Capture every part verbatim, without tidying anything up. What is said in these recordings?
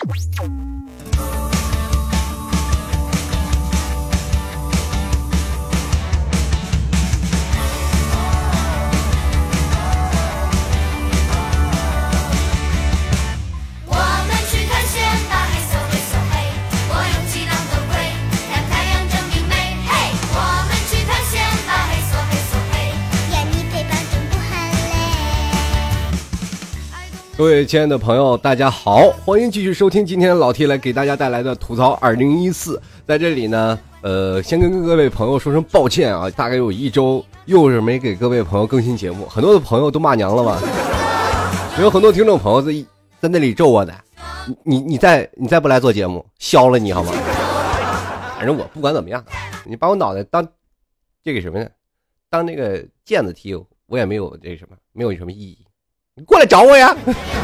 各位亲爱的朋友大家好，欢迎继续收听今天老 T 来给大家带来的吐槽二零一四。在这里呢呃，先跟各位朋友说声抱歉啊，大概有一周又是没给各位朋友更新节目，很多的朋友都骂娘了吧，有很多听众朋友在在那里咒我的，你你再你再不来做节目削了你好吗？反正我不管怎么样，你把我脑袋当这个什么呢，当那个毽子踢，我也没有这什么没有什么意义，你过来找我呀。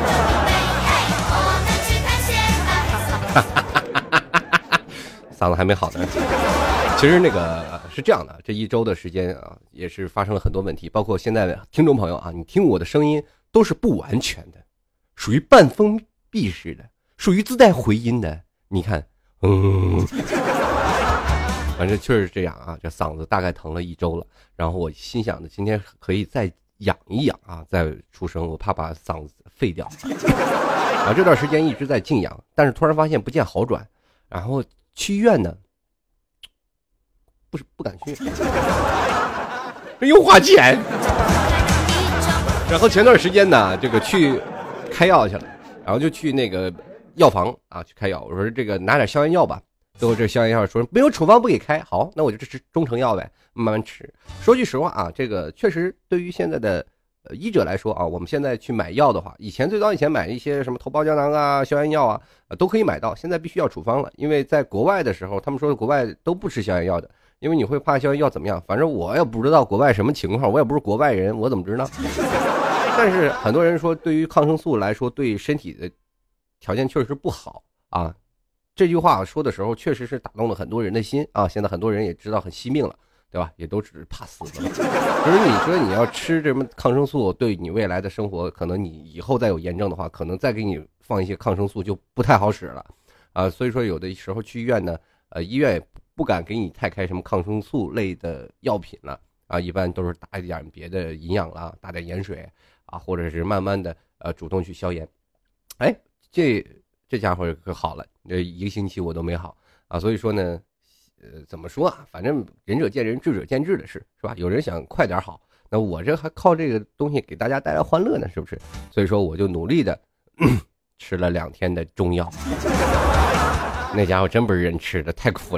嗓子还没好呢。其实那个是这样的，这一周的时间啊，也是发生了很多问题，包括现在的听众朋友啊，你听我的声音都是不完全的，属于半封闭式的，属于自带回音的。你看，嗯，反正确实这样啊，这嗓子大概疼了一周了。然后我心想着今天可以再养一养啊，再出声，我怕把嗓子废掉。啊，这段时间一直在静养，但是突然发现不见好转，然后去医院呢，不是不敢去，又花钱。然后前段时间呢，这个去开药去了，然后就去那个药房啊去开药，我说这个拿点消炎药吧。最后这消炎药说没有处方不给开，好，那我就吃中成药呗，慢慢吃。说句实话啊，这个确实对于现在的呃医者来说啊，我们现在去买药的话，以前最早以前买一些什么头孢胶囊啊、消炎药啊、呃，都可以买到，现在必须要处方了。因为在国外的时候，他们说国外都不吃消炎药的，因为你会怕消炎药怎么样。反正我也不知道国外什么情况，我也不是国外人，我怎么知道？但是很多人说，对于抗生素来说，对身体的条件确实不好啊。这句话说的时候确实是打动了很多人的心啊！现在很多人也知道很惜命了，对吧？也都只是怕死了。可是你说你要吃这么抗生素，对你未来的生活，可能你以后再有炎症的话，可能再给你放一些抗生素就不太好使了啊！所以说有的时候去医院呢，呃，医院也不敢给你太开什么抗生素类的药品了啊，一般都是打一点别的营养了，打点盐水啊，或者是慢慢的呃主动去消炎。哎，这。这家伙可好了，这一个星期我都没好啊，所以说呢，呃，怎么说啊？反正仁者见仁，智者见智的事，是吧？有人想快点好，那我这还靠这个东西给大家带来欢乐呢，是不是？所以说我就努力的吃了两天的中药，那家伙真不是人吃的，太苦了。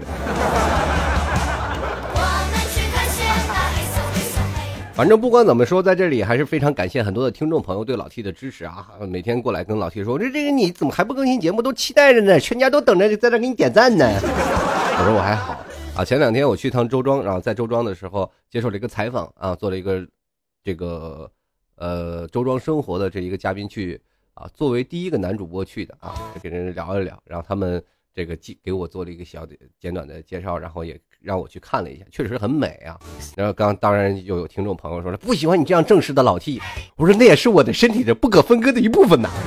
反正不管怎么说，在这里还是非常感谢很多的听众朋友对老 T 的支持啊！每天过来跟老 T 说，这这个你怎么还不更新节目？都期待着呢，全家都等着在这给你点赞呢。我说我还好啊，前两天我去趟周庄，然后在周庄的时候接受了一个采访啊，做了一个这个呃周庄生活的这一个嘉宾去啊，作为第一个男主播去的啊，就给人聊一聊，然后他们这个给我做了一个小的简短的介绍，然后也让我去看了一下，确实很美啊。然后刚当然又有听众朋友说了，不喜欢你这样正式的老 T， 我说那也是我的身体的不可分割的一部分呐。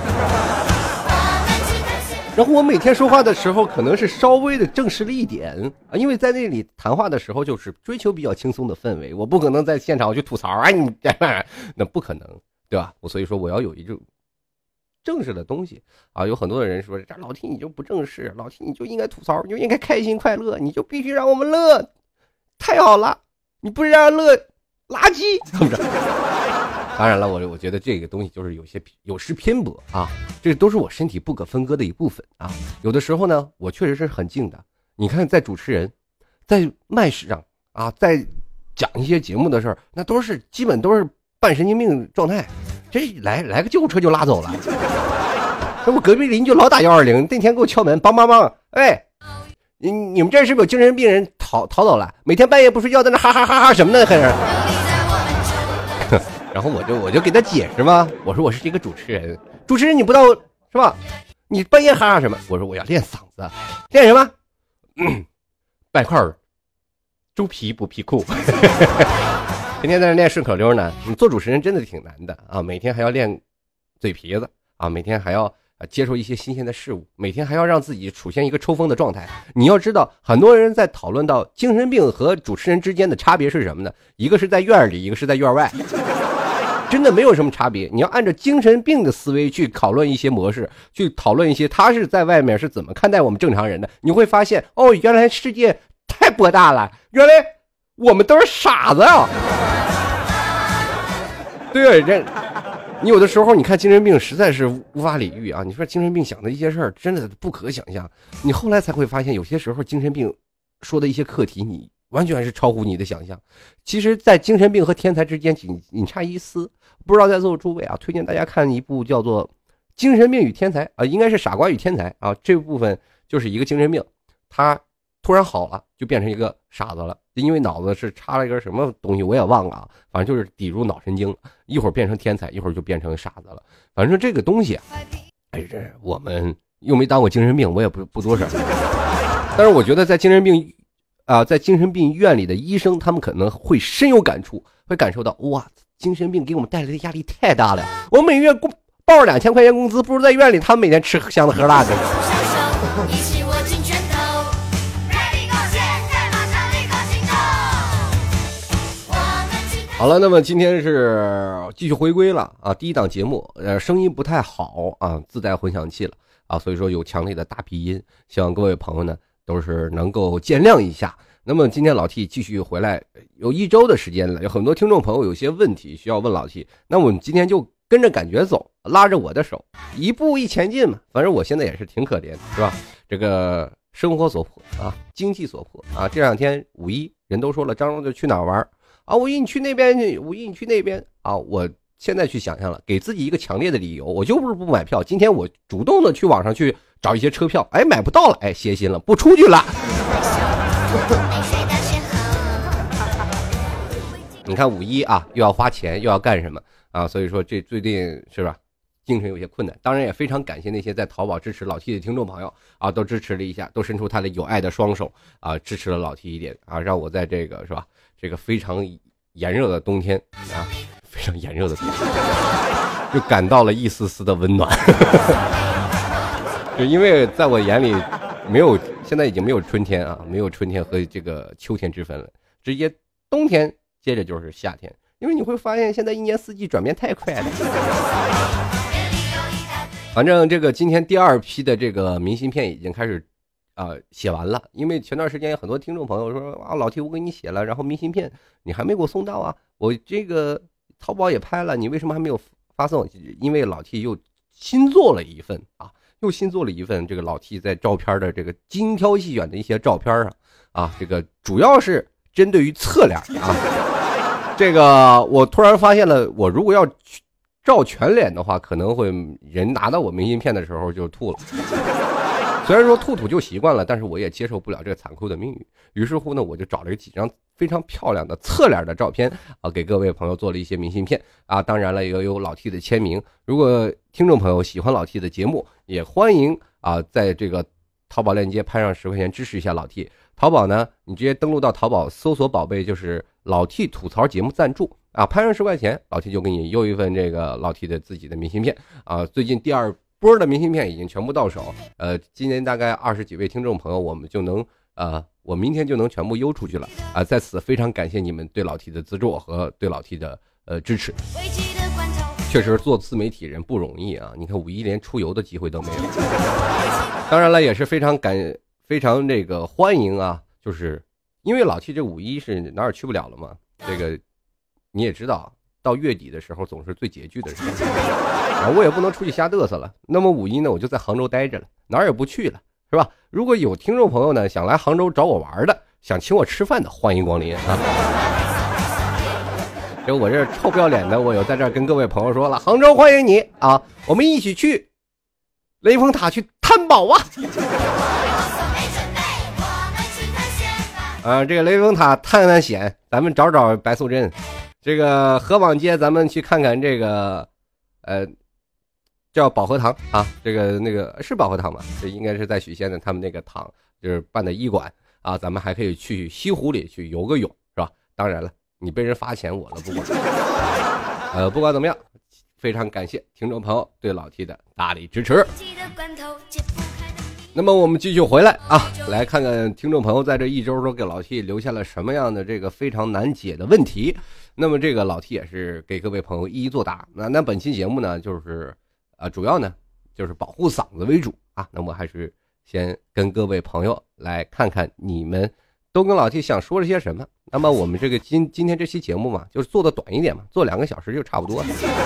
然后我每天说话的时候可能是稍微的正式了一点啊，因为在那里谈话的时候就是追求比较轻松的氛围，我不可能在现场去吐槽啊，你那不可能，对吧？我所以说我要有一种正式的东西啊，有很多的人说这老 T 你就不正式，老 T 你就应该吐槽，你就应该开心快乐，你就必须让我们乐，太好了，你不是让人乐垃圾，是不是？当然了，我我觉得这个东西就是有些有失偏颇啊，这都是我身体不可分割的一部分啊。有的时候呢，我确实是很静的。你看，在主持人，在麦史上啊，在讲一些节目的事儿，那都是基本都是半神经病状态。这来来个救护车就拉走了。这我隔壁邻居老打幺二零，那天给我敲门，梆梆梆，哎，你你们这是不是有精神病人逃逃走了？每天半夜不睡觉，在那哈哈哈哈什么呢？开始。然后我就我就给他解释嘛，我说我是一个主持人，主持人你不知道是吧？你半夜哈哈什么？我说我要练嗓子，练什么？嗯，半块猪皮不皮裤。天天在那练顺口溜呢。你做主持人真的挺难的啊，每天还要练嘴皮子啊，每天还要啊，接受一些新鲜的事物，每天还要让自己处现一个抽风的状态。你要知道，很多人在讨论到精神病和主持人之间的差别是什么呢？一个是在院里，一个是在院外，真的没有什么差别。你要按照精神病的思维去讨论一些模式，去讨论一些他是在外面是怎么看待我们正常人的，你会发现，哦，原来世界太博大了，原来我们都是傻子啊！对，这你有的时候你看精神病实在是无法理喻啊！你说精神病想的一些事儿真的不可想象，你后来才会发现，有些时候精神病说的一些课题，你完全是超乎你的想象。其实，在精神病和天才之间仅仅差一丝。不知道在座诸位啊，推荐大家看一部叫做《精神病与天才》啊，应该是傻瓜与天才啊。这部分就是一个精神病，他突然好了，就变成一个傻子了，因为脑子是插了一根什么东西，我也忘了啊。反正就是抵入脑神经，一会儿变成天才，一会儿就变成傻子了。反正这个东西啊，哎，这我们又没当过精神病，我也不不多说。但是我觉得在精神病啊，在精神病院里的医生，他们可能会深有感触，会感受到哇，精神病给我们带来的压力太大了。我每月工报着两千块钱工资，不如在院里他们每天吃香的喝辣的。好了，那么今天是继续回归了啊，第一档节目，呃，声音不太好啊，自带混响器了啊，所以说有强烈的大鼻音，希望各位朋友呢都是能够见谅一下。那么今天老 T 继续回来，有一周的时间了，有很多听众朋友有些问题需要问老 T， 那我们今天就跟着感觉走，拉着我的手，一步一前进嘛。反正我现在也是挺可怜的，是吧？这个生活所迫啊，经济所迫啊。这两天五一人都说了，张荣就去哪儿玩啊？五一你去那边去，五一你去那边啊！我现在去想象了，给自己一个强烈的理由，我就不是不买票。今天我主动的去网上去找一些车票，哎，买不到了，哎，歇心了，不出去了。你看五一啊，又要花钱，又要干什么啊？所以说这最近是吧，精神有些困难。当然也非常感谢那些在淘宝支持老 T 的听众朋友啊，都支持了一下，都伸出他的有爱的双手啊，支持了老 T 一点啊，让我在这个是吧？这个非常炎热的冬天啊，非常炎热的冬天，就感到了一丝丝的温暖。就因为在我眼里，没有现在已经没有春天啊，没有春天和这个秋天之分了，直接冬天接着就是夏天。因为你会发现现在一年四季转变太快了。反正这个今天第二批的这个明信片已经开始啊、呃、写完了，因为前段时间很多听众朋友说啊，老 T 我给你写了，然后明信片你还没给我送到啊，我这个淘宝也拍了，你为什么还没有发送？因为老 T 又新做了一份啊，又新做了一份这个老 T 在照片的这个精挑细选的一些照片啊啊，这个主要是针对于侧脸啊。这个我突然发现了，我如果要照全脸的话，可能会人拿到我明信片的时候就吐了。虽然说吐吐就习惯了，但是我也接受不了这个残酷的命运。于是乎呢，我就找了几张非常漂亮的侧脸的照片啊，给各位朋友做了一些明信片啊。当然了，也有老 T 的签名。如果听众朋友喜欢老 T 的节目，也欢迎啊，在这个淘宝链接拍上十块钱支持一下老 T。淘宝呢，你直接登录到淘宝搜索宝贝，就是老 T 吐槽节目赞助啊，拍上十块钱，老 T 就给你邮一份这个老 T 的自己的明信片啊。最近第二波的明信片已经全部到手，呃，今年大概二十几位听众朋友，我们就能呃，我明天就能全部邮出去了啊。在此非常感谢你们对老 T 的资助和对老 T 的呃支持。确实做自媒体人不容易啊，你看五一连出游的机会都没有。当然了，也是非常感非常这个欢迎啊，就是因为老 T 这五一是哪儿去不了了嘛，这个你也知道，到月底的时候总是最拮据的时候啊，我也不能出去瞎嘚瑟了。那么五一呢，我就在杭州待着了，哪儿也不去了，是吧？如果有听众朋友呢想来杭州找我玩的，想请我吃饭的，欢迎光临啊！就我这臭不要脸的，我有在这儿跟各位朋友说了，杭州欢迎你啊，我们一起去雷峰塔去探宝啊！啊，这个雷峰塔探探险，咱们找找白素贞。这个河坊街，咱们去看看这个，呃，叫保和堂啊。这个那个是保和堂吧？这应该是在许仙的他们那个堂，就是办的医馆啊。咱们还可以去西湖里去游个泳，是吧？当然了，你被人罚钱我了不管。呃，不管怎么样， 非常感谢听众朋友对老 T 的大力支持。那么我们继续回来啊，来看看听众朋友在这一周都给老 T 留下了什么样的这个非常难解的问题。那么这个老 T 也是给各位朋友一一作答。那那本期节目呢，就是呃主要呢就是保护嗓子为主啊。那么还是先跟各位朋友来看看你们都跟老 T 想说了些什么。那么我们这个今今天这期节目嘛，就是做的短一点嘛，做两个小时就差不多了。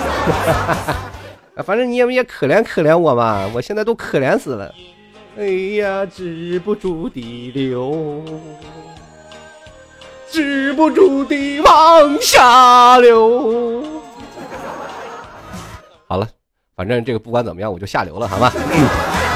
反正你也也可怜可怜我嘛，我现在都可怜死了。哎呀，止不住的流，止不住的往下流。好了，反正这个不管怎么样，我就下流了，好吗？嗯。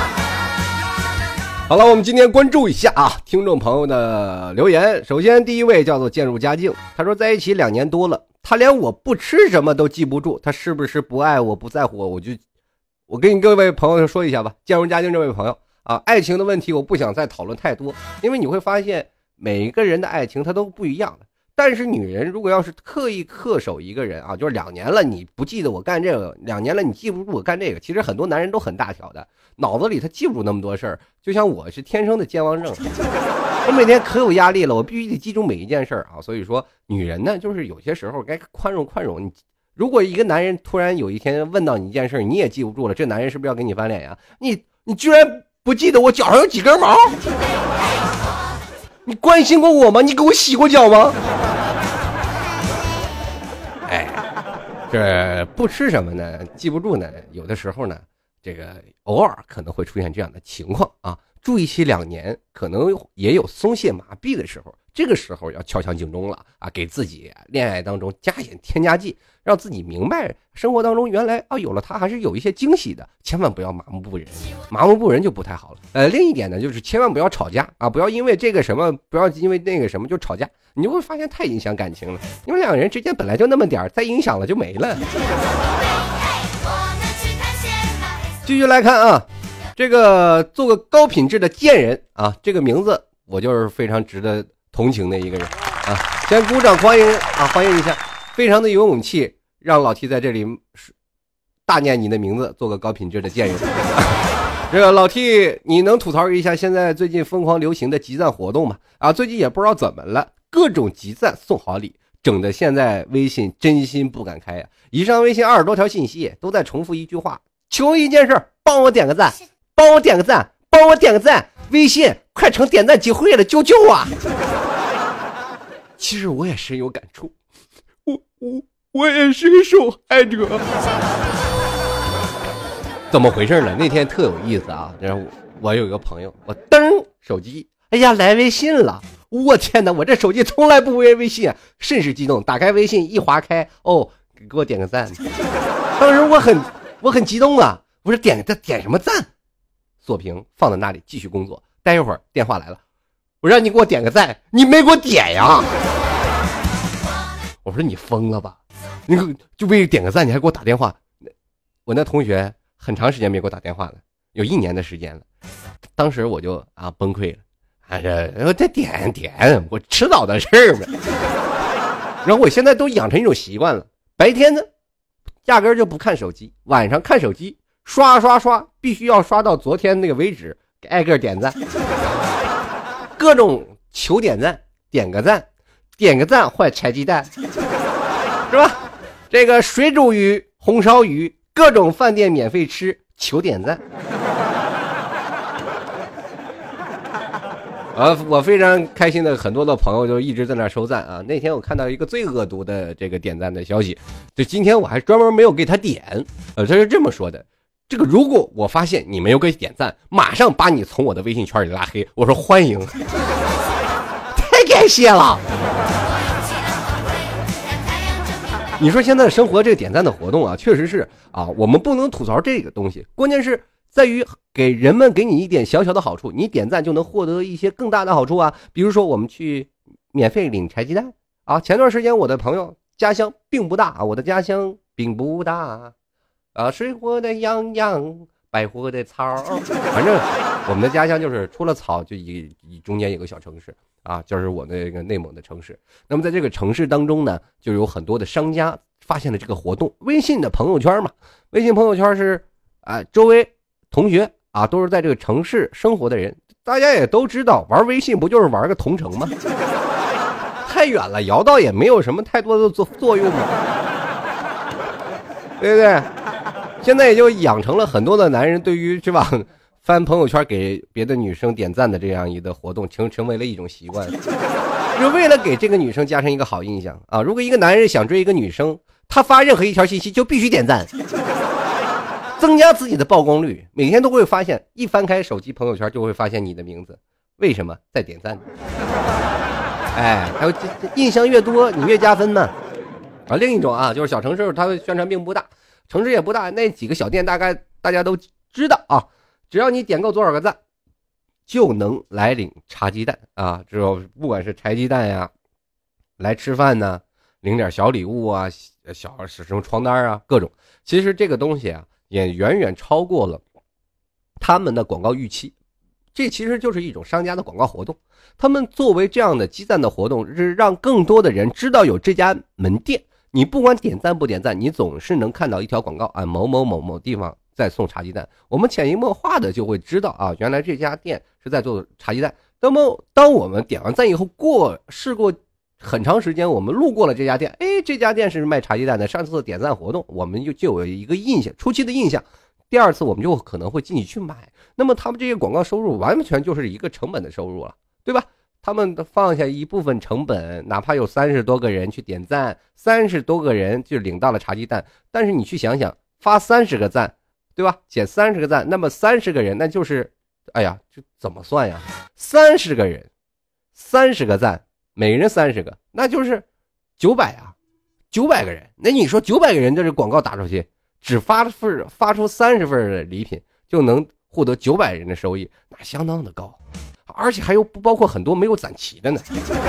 好了，我们今天关注一下啊，听众朋友的留言。首先第一位叫做渐入佳境，他说在一起两年多了，他连我不吃什么都记不住，他是不是不爱我不在乎我？我就我跟你各位朋友说一下吧，渐入佳境这位朋友啊，爱情的问题我不想再讨论太多，因为你会发现每一个人的爱情它都不一样的。但是女人如果要是刻意恪守一个人啊，就是两年了你不记得我干这个，两年了你记不住我干这个，其实很多男人都很大条的，脑子里他记不住那么多事儿。就像我是天生的健忘症，我每天可有压力了，我必须得记住每一件事儿啊。所以说女人呢，就是有些时候该宽容宽容。你如果一个男人突然有一天问到你一件事，你也记不住了，这男人是不是要给你翻脸呀？你你居然不记得我脚上有几根毛？你关心过我吗？你给我洗过脚吗？哎，这不吃什么呢？记不住呢。有的时候呢，这个偶尔可能会出现这样的情况啊。住一起两年，可能也有松懈麻痹的时候，这个时候要敲响警钟了啊！给自己恋爱当中加点添加剂，让自己明白生活当中原来啊有了它还是有一些惊喜的，千万不要麻木不仁，麻木不仁就不太好了。呃，另一点呢，就是千万不要吵架啊，不要因为这个什么，不要因为那个什么就吵架，你就会发现太影响感情了。因为两个人之间本来就那么点儿，再影响了就没了。继续来看啊。这个做个高品质的贱人啊，这个名字我就是非常值得同情的一个人啊！先鼓掌欢迎啊，欢迎一下，非常的有勇气，让老 T 在这里大念你的名字，做个高品质的贱人。这个老 T， 你能吐槽一下现在最近疯狂流行的集赞活动吗？啊，最近也不知道怎么了，各种集赞送好礼，整的现在微信真心不敢开呀、啊！以上微信二十多条信息都在重复一句话：求一件事，帮我点个赞。帮我点个赞，帮我点个赞，微信快成点赞集会了，救救啊！其实我也深有感触，我我我也是个受害者。怎么回事呢？那天特有意思啊！然后我有一个朋友，我噔手机，哎呀来微信了！我天哪，我这手机从来不微微信啊，甚是激动，打开微信一划开，哦，给我点个赞。当时我很我很激动啊，我说点个点什么赞？锁屏放在那里继续工作，待一会儿电话来了，我让你给我点个赞，你没给我点呀！我说你疯了吧，你就为点个赞你还给我打电话。我那同学很长时间没给我打电话了，有一年的时间了。当时我就啊崩溃了，啊这我这点点我迟早的事儿嘛。然后我现在都养成一种习惯了，白天呢压根就不看手机，晚上看手机刷刷刷，必须要刷到昨天那个为止，挨个点赞，各种求点赞，点个赞，点个赞换柴鸡蛋，是吧？这个水煮鱼、红烧鱼，各种饭店免费吃，求点赞。啊，我非常开心的，很多的朋友就一直在那收赞啊。那天我看到一个最恶毒的这个点赞的消息，就今天我还专门没有给他点，呃，他是这么说的。这个如果我发现你没有给点赞，马上把你从我的微信圈里拉黑。我说欢迎，太感谢了。你说现在生活这个点赞的活动啊，确实是啊，我们不能吐槽这个东西，关键是在于给人们给你一点小小的好处，你点赞就能获得一些更大的好处啊。比如说我们去免费领柴鸡蛋啊，前段时间我的朋友家乡并不大啊，我的家乡并不大。啊，水活的羊羊，白活的草，反正我们的家乡就是除了草就一一中间有个小城市啊，就是我那个内蒙的城市。那么在这个城市当中呢，就有很多的商家发现了这个活动，微信的朋友圈嘛，微信朋友圈是啊，周围同学啊都是在这个城市生活的人，大家也都知道，玩微信不就是玩个同城吗？太远了，摇到也没有什么太多的作作用嘛，对不对？现在也就养成了很多的男人对于是吧，翻朋友圈给别的女生点赞的这样一个活动，成成为了一种习惯，就为了给这个女生加深一个好印象啊！如果一个男人想追一个女生，他发任何一条信息就必须点赞，增加自己的曝光率。每天都会发现，一翻开手机朋友圈就会发现你的名字，为什么在点赞？哎，还有印象越多，你越加分呢。啊，另一种啊，就是小城市，它的宣传并不大，城市也不大，那几个小店大概大家都知道啊。只要你点够多少个赞，就能来领茶鸡蛋啊！之后不管是柴鸡蛋呀，来吃饭呢，领点小礼物啊，小什么床单啊，各种。其实这个东西啊，也远远超过了他们的广告预期。这其实就是一种商家的广告活动。他们作为这样的积赞的活动，是让更多的人知道有这家门店。你不管点赞不点赞，你总是能看到一条广告啊，某某某某地方在送茶鸡蛋，我们潜移默化的就会知道啊，原来这家店是在做茶鸡蛋。那么当我们点完赞以后，过试过很长时间，我们路过了这家店，哎，这家店是卖茶鸡蛋的，上次点赞活动我们就就有一个印象，初期的印象，第二次我们就可能会进去去买。那么他们这些广告收入完全就是一个成本的收入了，对吧？他们放下一部分成本，哪怕有三十多个人去点赞，三十多个人就领到了茶鸡蛋，但是你去想想，发三十个赞，对吧？减三十个赞，那么三十个人，那就是，哎呀，这怎么算呀？三十个人，三十个赞，每人三十个，那就是九百啊，九百个人。那你说九百个人这是广告打出去，只发份发出三十份的礼品，就能获得九百人的收益，那相当的高。而且还有不包括很多没有攒齐的呢，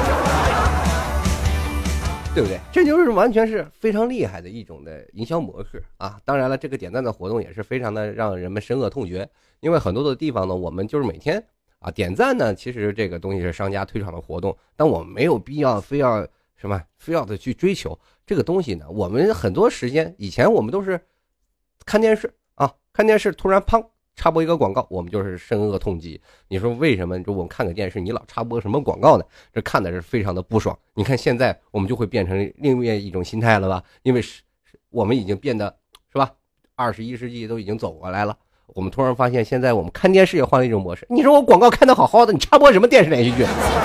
对不对？这就是完全是非常厉害的一种的营销模式啊！当然了，这个点赞的活动也是非常的让人们深恶痛绝，因为很多的地方呢，我们就是每天啊点赞呢，其实这个东西是商家推广的活动，但我们没有必要非要什么非要的去追求这个东西呢。我们很多时间以前我们都是看电视啊，看电视突然砰插播一个广告，我们就是深恶痛疾。你说为什么？就我们看个电视，你老插播什么广告呢？这看的是非常的不爽。你看现在我们就会变成另外一种心态了吧？因为是我们已经变得是吧？二十一世纪都已经走过来了，我们突然发现现在我们看电视也换了一种模式。你说我广告看得好好的，你插播什么电视连续剧？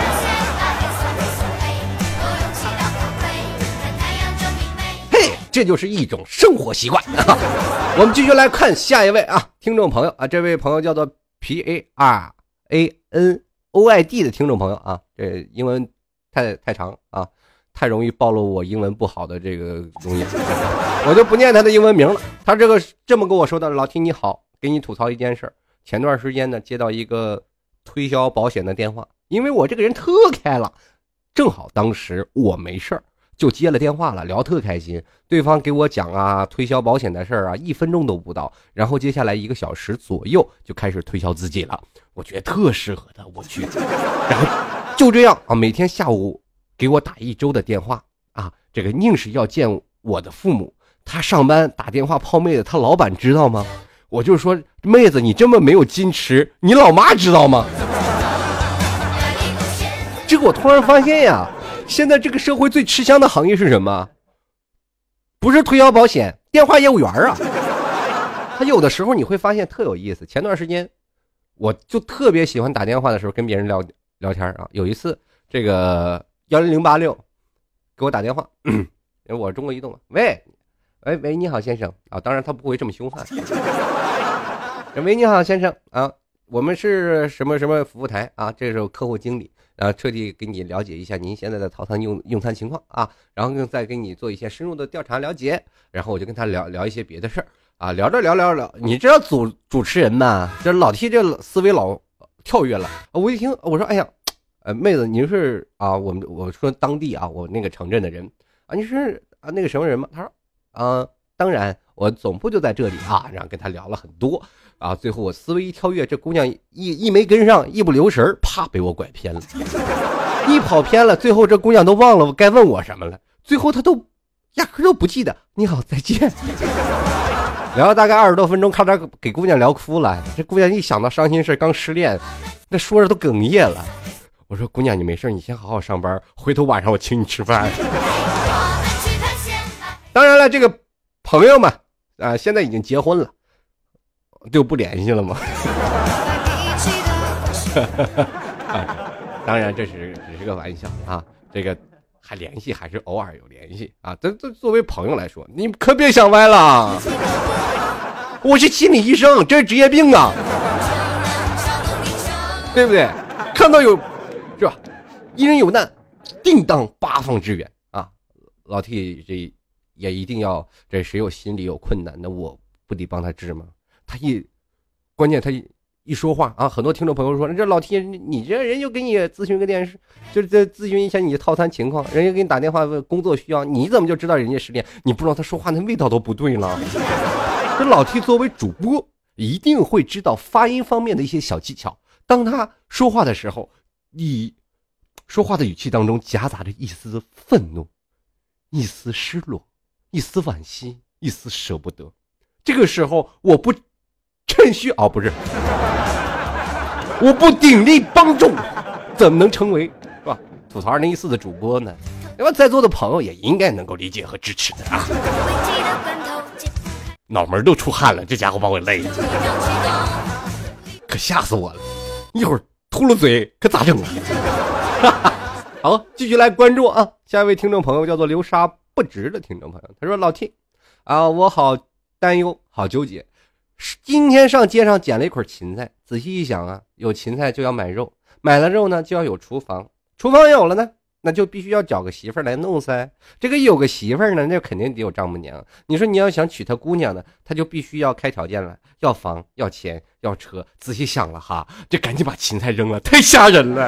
这就是一种生活习惯啊！我们继续来看下一位啊，听众朋友啊，这位朋友叫做 P A R A N O I D 的听众朋友啊，这英文太太长啊，太容易暴露我英文不好的这个东西，我就不念他的英文名了。他这个这么跟我说的：老T你好，给你吐槽一件事儿。前段时间呢，接到一个推销保险的电话，因为我这个人特开朗，正好当时我没事儿。就接了电话了，聊特开心。对方给我讲啊，推销保险的事儿啊，一分钟都不到。然后接下来一个小时左右就开始推销自己了，我觉得特适合他，我去。然后就这样啊，每天下午给我打一周的电话啊，这个硬是要见我的父母。他上班打电话泡妹子，他老板知道吗？我就说妹子，你这么没有矜持，你老妈知道吗？这个我突然发现呀。现在这个社会最吃香的行业是什么？不是推销保险，电话业务员啊。他有的时候你会发现特有意思。前段时间我就特别喜欢打电话的时候跟别人聊聊天啊。有一次这个一零零八六给我打电话，因为我是中国移动，喂喂喂，你好先生啊，当然他不会这么凶悍。喂你好先生啊，我们是什么什么服务台啊，这是客户经理。然后彻底给你了解一下您现在的套餐用用餐情况啊，然后再给你做一些深入的调查了解，然后我就跟他聊聊一些别的事儿啊，聊着聊聊聊，你知道主主持人嘛，这老T这思维老跳跃了，我一听我说哎呀，呃妹子您是啊，我们我说当地啊，我那个城镇的人啊，你是啊那个什么人吗？他说啊，当然我总部就在这里啊，然后跟他聊了很多。啊！最后我思维一跳跃，这姑娘一一没跟上，一不留神，啪被我拐偏了，一跑偏了。最后这姑娘都忘了该问我什么了。最后她都压根都不记得你好再见。聊了大概二十多分钟，看他给姑娘聊哭了。这姑娘一想到伤心事，刚失恋，那说着都哽咽了。我说姑娘你没事，你先好好上班，回头晚上我请你吃饭。当然了，这个朋友们啊，现在已经结婚了，就不联系了吗？啊，当然这是只是个玩笑啊，这个还联系还是偶尔有联系啊。这这作为朋友来说，你可别想歪了。我是心理医生，这是职业病啊，对不对？看到有是吧？一人有难，定当八方支援啊！老 T 这也一定要，这谁有心里有困难的，我不得帮他治吗？他一关键他一一说话啊，很多听众朋友说，这老 T 你这人就给你咨询个电视，就是这咨询一下你的套餐情况，人家给你打电话问工作需要，你怎么就知道人家失恋？你不知道他说话那味道都不对了。这老 T 作为主播，一定会知道发音方面的一些小技巧。当他说话的时候，你说话的语气当中夹杂着一丝愤怒，一丝失落，一丝惋惜，一丝舍不得。这个时候我不趁虚哦，不是，我不鼎力帮助，怎么能成为是吧吐槽二零一四的主播呢？那么在座的朋友也应该能够理解和支持的啊。脑门都出汗了，这家伙把我累的，可吓死我了！一会儿秃噜嘴，可咋整啊？好，继续来关注啊！下一位听众朋友叫做流沙不值的听众朋友，他说：“老 T 啊，我好担忧，好纠结。今天上街上捡了一捆芹菜，仔细一想啊，有芹菜就要买肉，买了肉呢就要有厨房，厨房有了呢。”那就必须要找个媳妇儿来弄噻。这个有个媳妇儿呢，那肯定得有丈母娘。你说你要想娶她姑娘呢，她就必须要开条件了，要房，要钱，要车。仔细想了哈，这赶紧把芹菜扔了，太吓人了。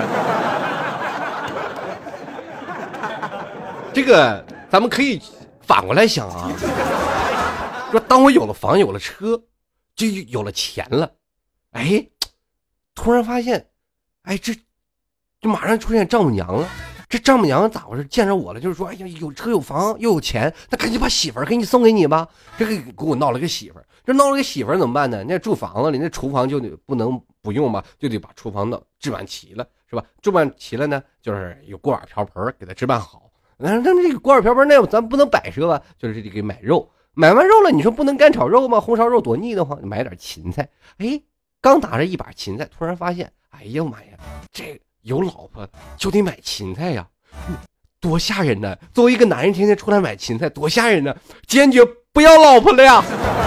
这个咱们可以反过来想啊，说当我有了房，有了车，就有了钱了，哎，突然发现，哎，这就马上出现丈母娘了。这丈母娘咋回事？见着我了，就是说，哎呀，有车有房又有钱，那赶紧把媳妇儿给你送给你吧。这个给我闹了个媳妇儿，这闹了个媳妇儿怎么办呢？那住房子里，那厨房就得不能不用嘛，就得把厨房的置办齐了，是吧？置办齐了呢，就是有锅碗瓢盆给它置办好。那那这个锅碗瓢盆那咱不能摆设吧？就是得给买肉，买完肉了，你说不能干炒肉吗？红烧肉多腻的慌，买点芹菜。哎，刚打着一把芹菜，突然发现，哎呀妈呀，这有老婆就得买芹菜呀，多吓人呢！作为一个男人，天天出来买芹菜，多吓人呢！坚决不要老婆了呀！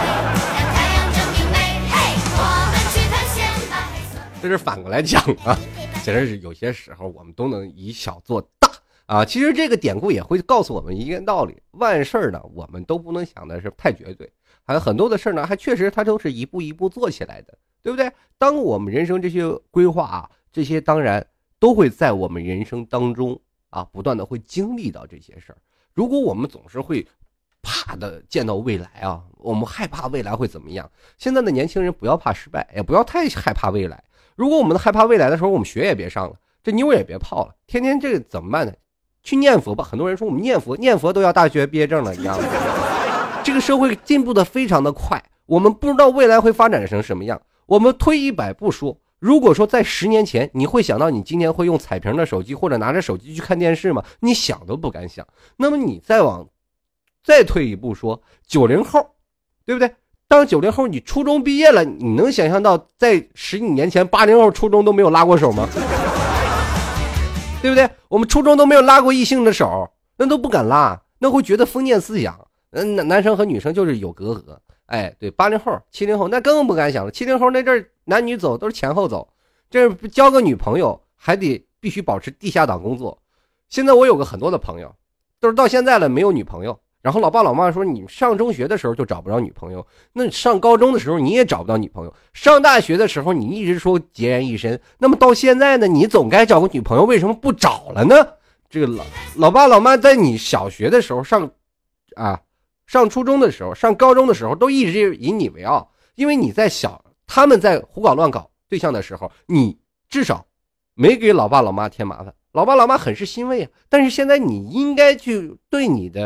这是反过来讲啊，其实是有些时候我们都能以小做大啊。其实这个典故也会告诉我们一个道理：万事呢，我们都不能想的是太绝对，还有很多的事呢，还确实它都是一步一步做起来的，对不对？当我们人生这些规划啊，这些当然都会在我们人生当中啊，不断的会经历到这些事儿。如果我们总是会怕的见到未来啊，我们害怕未来会怎么样？现在的年轻人不要怕失败，也不要太害怕未来。如果我们害怕未来的时候，我们学也别上了，这妞也别泡了，天天这个怎么办呢？去念佛吧。很多人说我们念佛，念佛都要大学毕业证了一样的。这个社会进步的非常的快，我们不知道未来会发展成什么样。我们退一百步说，如果说在十年前，你会想到你今年会用彩屏的手机或者拿着手机去看电视吗？你想都不敢想。那么你再往再退一步说，九零后，对不对？当九零后你初中毕业了，你能想象到在十几年前八零后初中都没有拉过手吗？对不对？我们初中都没有拉过异性的手，那都不敢拉，那会觉得封建思想，嗯，男生和女生就是有隔阂。哎，对，八零后、七零后那更不敢想了。七零后那阵儿男女走都是前后走，这交个女朋友还得必须保持地下党工作。现在我有个很多的朋友，都是到现在了没有女朋友，然后老爸老妈说你上中学的时候就找不着女朋友，那上高中的时候你也找不到女朋友，上大学的时候你一直说孑然一身，那么到现在呢，你总该找个女朋友，为什么不找了呢？这个老老爸老妈在你小学的时候上啊。上初中的时候，上高中的时候，都一直以你为傲，因为你在小，他们在胡搞乱搞对象的时候，你至少没给老爸老妈添麻烦，老爸老妈很是欣慰啊。但是现在你应该去对你的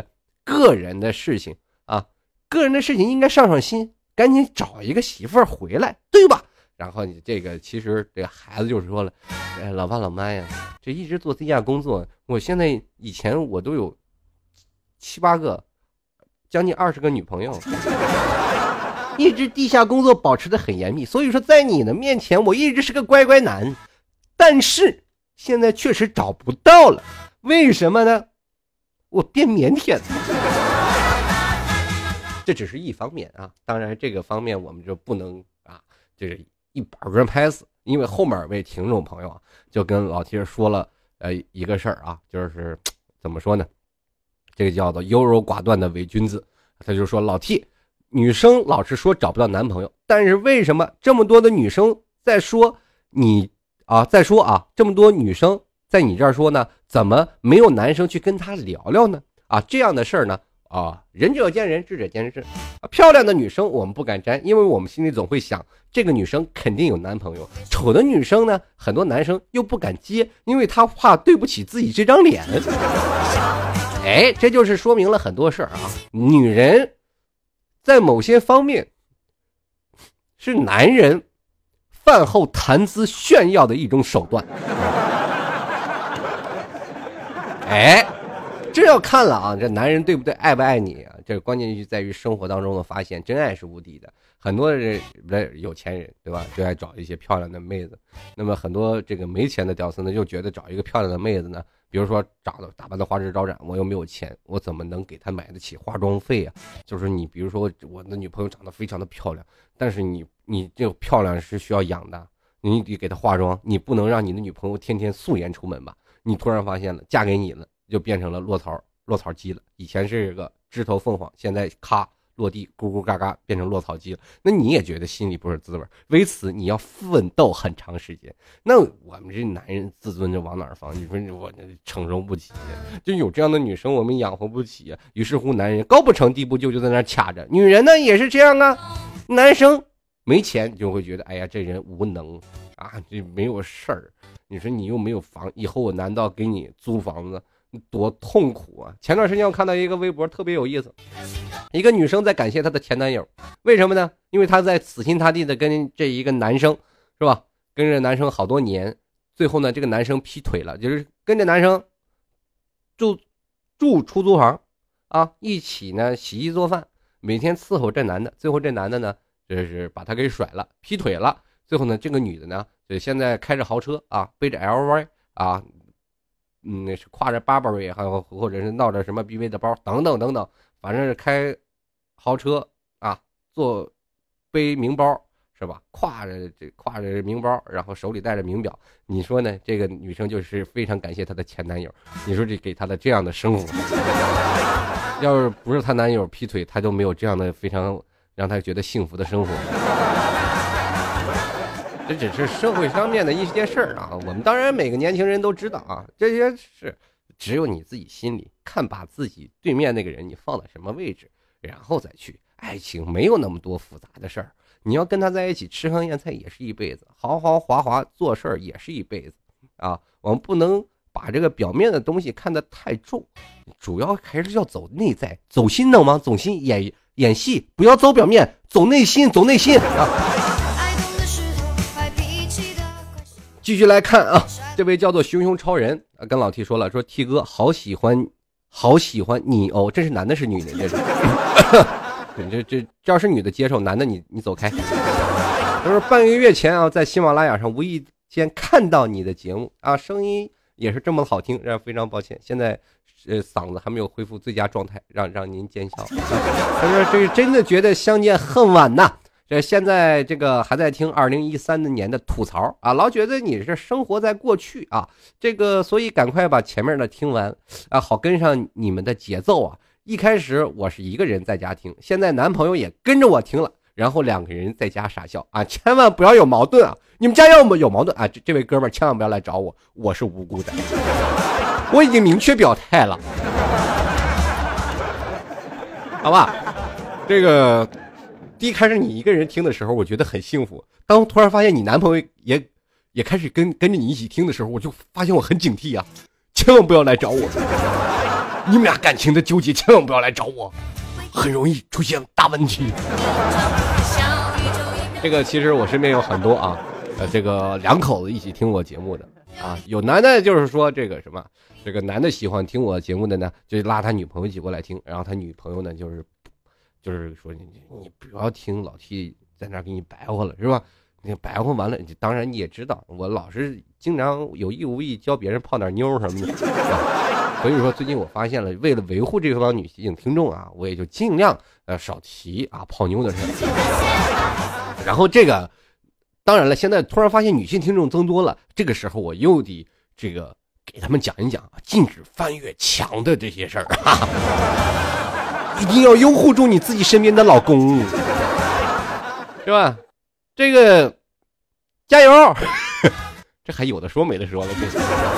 个人的事情啊，个人的事情应该上上心，赶紧找一个媳妇儿回来，对吧？然后你这个其实这个孩子就是说了，哎，老爸老妈呀，这一直做地下工作，我现在以前我都有七八个，将近二十个女朋友，一直地下工作保持得很严密，所以说在你的面前我一直是个乖乖男，但是现在确实找不到了，为什么呢？我变腼腆了。这只是一方面啊，当然这个方面我们就不能啊，就是一板砖拍死，因为后面有位听众朋友啊，就跟老 T 说了呃一个事儿啊，就是怎么说呢？这个叫做优柔寡断的伪君子，他就说老 T， 女生老是说找不到男朋友，但是为什么这么多的女生在说你啊，再说啊，这么多女生在你这儿说呢，怎么没有男生去跟她聊聊呢？啊，这样的事儿呢？啊，仁者见仁，智者见智。啊，漂亮的女生我们不敢沾，因为我们心里总会想，这个女生肯定有男朋友。丑的女生呢，很多男生又不敢接，因为他怕对不起自己这张脸。哎，这就是说明了很多事儿啊。女人在某些方面是男人饭后谈资炫耀的一种手段。哎。这要看了啊，这男人对不对，爱不爱你啊？这关键就在于生活当中的发现，真爱是无敌的。很多人有钱人，对吧，就爱找一些漂亮的妹子。那么很多这个没钱的屌丝呢，就觉得找一个漂亮的妹子呢，比如说长得打扮的花枝招展，我又没有钱，我怎么能给她买得起化妆费啊？就是你比如说我的女朋友长得非常的漂亮，但是你你这个漂亮是需要养的，你得给她化妆，你不能让你的女朋友天天素颜出门吧？你突然发现了，嫁给你了。就变成了落草落草鸡了，以前是个枝头凤凰，现在咔落地咕咕嘎嘎变成落草鸡了，那你也觉得心里不是滋味，为此你要奋斗很长时间。那我们这男人自尊就往哪儿放？你说我承受不起，就有这样的女生我们养活不起，于是乎男人高不成低不就，就在那掐着。女人呢也是这样啊，男生没钱就会觉得哎呀这人无能啊，这没有事儿，你说你又没有房，以后我难道给你租房子多痛苦啊！前段时间我看到一个微博特别有意思，一个女生在感谢她的前男友，为什么呢？因为她在死心塌地的跟这一个男生是吧，跟着男生好多年，最后呢这个男生劈腿了，就是跟着男生住住出租房啊，一起呢洗衣做饭，每天伺候这男的，最后这男的呢就是把他给甩了，劈腿了。最后呢这个女的呢就现在开着豪车啊，背着 L V 啊，嗯，是挎着巴巴也好，或者是闹着什么 B V 的包等等等等，反正是开豪车啊，坐背名包是吧？挎着这挎着名包，然后手里戴着名表。你说呢？这个女生就是非常感谢她的前男友。你说这给她的这样的生活，要是不是她男友劈腿，她就没有这样的非常让她觉得幸福的生活。这只是社会上面的一件事儿啊，我们当然每个年轻人都知道啊，这些是只有你自己心里看，把自己对面那个人你放在什么位置，然后再去。爱情没有那么多复杂的事儿，你要跟他在一起吃喝宴菜也是一辈子，豪豪华华做事儿也是一辈子啊。我们不能把这个表面的东西看得太重，主要还是要走内在，走心能吗？走心演演戏，不要走表面，走内心，走内心啊。继续来看啊，这位叫做熊熊超人啊，跟老 T 说了，说 T 哥好喜欢，好喜欢你哦，这是男的是女的？这是，这这要是女的接受，男的你你走开。他说半个月前啊，在喜马拉雅上无意间看到你的节目啊，声音也是这么好听，让非常抱歉，现在呃嗓子还没有恢复最佳状态，让让您见笑。他说这真的觉得相见恨晚呐。这现在这个还在听二零一三年的吐槽啊，老觉得你是生活在过去啊，这个所以赶快把前面的听完啊，好跟上你们的节奏啊。一开始我是一个人在家听，现在男朋友也跟着我听了，然后两个人在家傻笑啊，千万不要有矛盾啊！你们家要么有矛盾啊，这这位哥们儿千万不要来找我，我是无辜的，我已经明确表态了，好吧？这个。第一开始你一个人听的时候我觉得很幸福，当突然发现你男朋友也也开始跟跟着你一起听的时候，我就发现我很警惕啊，千万不要来找我。 你们俩感情的纠结千万不要来找我，很容易出现大问题。这个其实我身边有很多啊，呃，这个两口子一起听我节目的啊，有男的就是说这个什么，这个男的喜欢听我节目的呢，就拉他女朋友一起过来听，然后他女朋友呢就是就是说你你不要听老 T 在那给你白话了是吧？你白话完了，当然你也知道，我老是经常有意无意教别人泡点妞什么的，所以说最近我发现了，为了维护这帮女性听众啊，我也就尽量呃少提啊泡妞的事。然后这个，当然了，现在突然发现女性听众增多了，这个时候我又得这个给他们讲一讲禁止翻越墙的这些事儿啊，一定要拥护住你自己身边的老公，是吧？这个加油，这还有的说没得说了。这